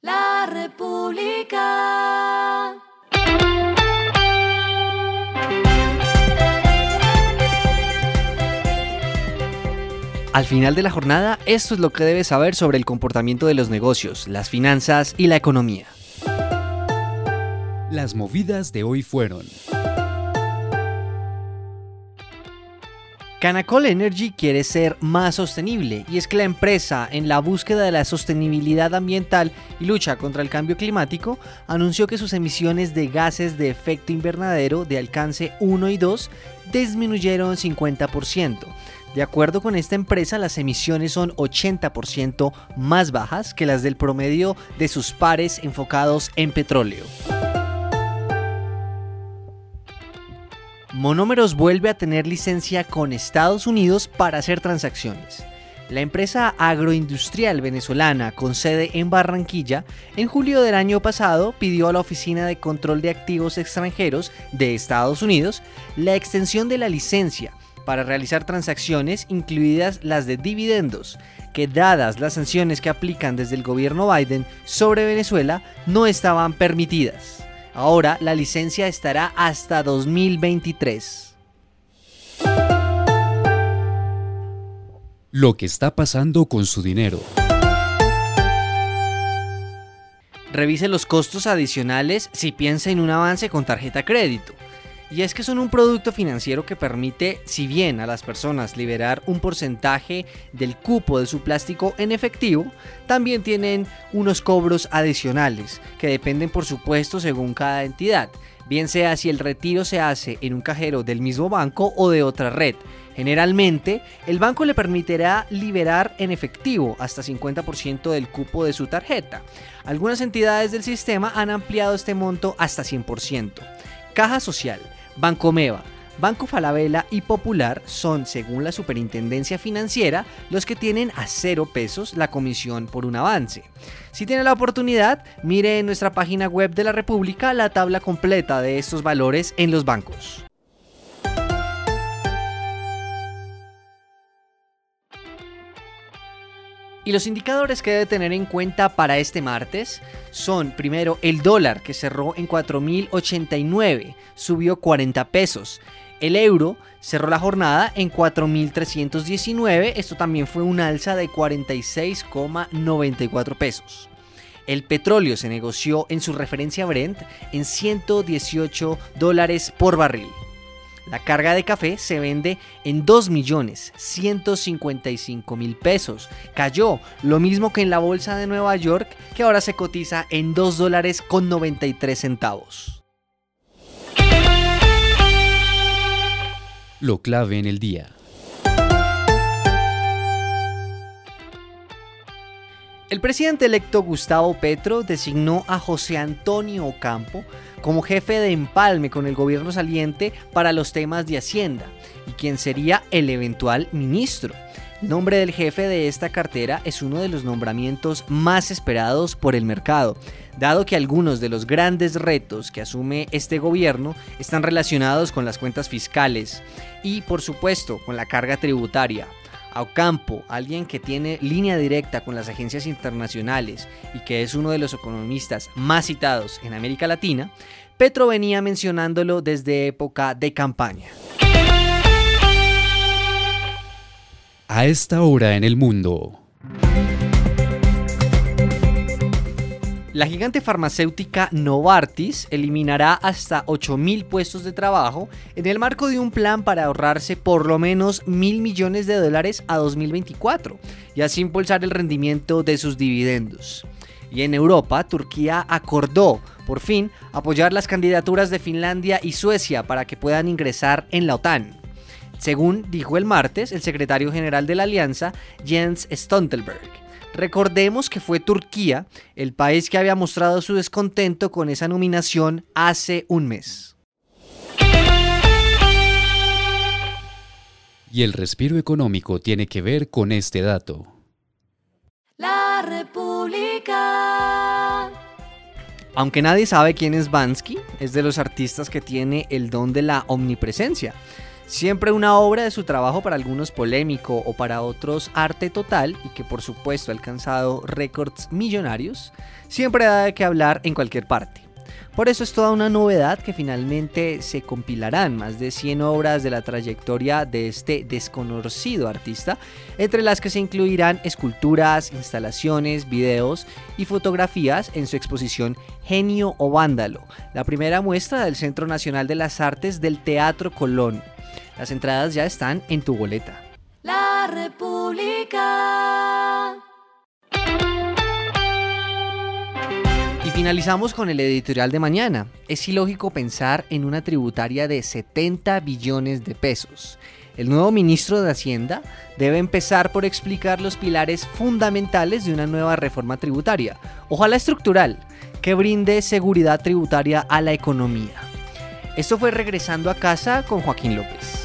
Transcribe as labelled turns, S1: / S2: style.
S1: La República.
S2: Al final de la jornada, esto es lo que debes saber sobre el comportamiento de los negocios, las finanzas y la economía.
S3: Las movidas de hoy fueron:
S2: Canacol Energy quiere ser más sostenible, y es que la empresa, en la búsqueda de la sostenibilidad ambiental y lucha contra el cambio climático, anunció que sus emisiones de gases de efecto invernadero de alcance 1 y 2 disminuyeron 50%. De acuerdo con esta empresa, las emisiones son 80% más bajas que las del promedio de sus pares enfocados en petróleo. Monómeros vuelve a tener licencia con Estados Unidos para hacer transacciones. La empresa agroindustrial venezolana con sede en Barranquilla, en julio del año pasado pidió a la Oficina de Control de Activos Extranjeros de Estados Unidos la extensión de la licencia para realizar transacciones, incluidas las de dividendos, que dadas las sanciones que aplican desde el gobierno Biden sobre Venezuela, no estaban permitidas. Ahora la licencia estará hasta 2023.
S3: lo que está pasando con su dinero.
S2: Revise los costos adicionales si piensa en un avance con tarjeta crédito. Y es que son un producto financiero que permite, si bien a las personas liberar un porcentaje del cupo de su plástico en efectivo, también tienen unos cobros adicionales que dependen, por supuesto, según cada entidad, bien sea si el retiro se hace en un cajero del mismo banco o de otra red. Generalmente, el banco le permitirá liberar en efectivo hasta 50% del cupo de su tarjeta. Algunas entidades del sistema han ampliado este monto hasta 100%. Caja Social, Bancomeva, Banco Falabella y Popular son, según la Superintendencia Financiera, los que tienen a 0 pesos la comisión por un avance. Si tiene la oportunidad, mire en nuestra página web de la República la tabla completa de estos valores en los bancos. Y los indicadores que debe tener en cuenta para este martes son, primero, el dólar, que cerró en 4.089, subió 40 pesos. El euro cerró la jornada en 4.319, esto también fue un alza de 46,94 pesos. El petróleo se negoció en su referencia Brent en $118 por barril. La carga de café se vende en 2.155.000 pesos. Cayó, lo mismo que en la bolsa de Nueva York, que ahora se cotiza en $2.93.
S3: Lo clave en el día.
S2: El presidente electo Gustavo Petro designó a José Antonio Ocampo como jefe de empalme con el gobierno saliente para los temas de Hacienda y quien sería el eventual ministro. El nombre del jefe de esta cartera es uno de los nombramientos más esperados por el mercado, dado que algunos de los grandes retos que asume este gobierno están relacionados con las cuentas fiscales y, por supuesto, con la carga tributaria. A Ocampo, alguien que tiene línea directa con las agencias internacionales y que es uno de los economistas más citados en América Latina, Petro venía mencionándolo desde época de campaña.
S3: A esta hora en el mundo.
S2: La gigante farmacéutica Novartis eliminará hasta 8.000 puestos de trabajo en el marco de un plan para ahorrarse por lo menos $1.000 millones a 2024 y así impulsar el rendimiento de sus dividendos. Y en Europa, Turquía acordó, por fin, apoyar las candidaturas de Finlandia y Suecia para que puedan ingresar en la OTAN. Según dijo el martes el secretario general de la alianza, Jens Stoltenberg. Recordemos que fue Turquía el país que había mostrado su descontento con esa nominación hace un mes.
S3: Y el respiro económico tiene que ver con este dato.
S1: La República.
S2: Aunque nadie sabe quién es Bansky, es de los artistas que tiene el don de la omnipresencia. Siempre una obra de su trabajo, para algunos polémico o para otros arte total, y que por supuesto ha alcanzado récords millonarios, siempre da de qué hablar en cualquier parte. Por eso es toda una novedad que finalmente se compilarán más de 100 obras de la trayectoria de este desconocido artista, entre las que se incluirán esculturas, instalaciones, videos y fotografías en su exposición Genio o Vándalo, la primera muestra del Centro Nacional de las Artes del Teatro Colón. Las entradas ya están en tu boleta.
S1: La República.
S2: Y finalizamos con el editorial de mañana. Es ilógico pensar en una tributaria de 70 billones de pesos. El nuevo ministro de Hacienda debe empezar por explicar los pilares fundamentales de una nueva reforma tributaria, ojalá estructural, que brinde seguridad tributaria a la economía. Esto fue Regresando a Casa con Joaquín López.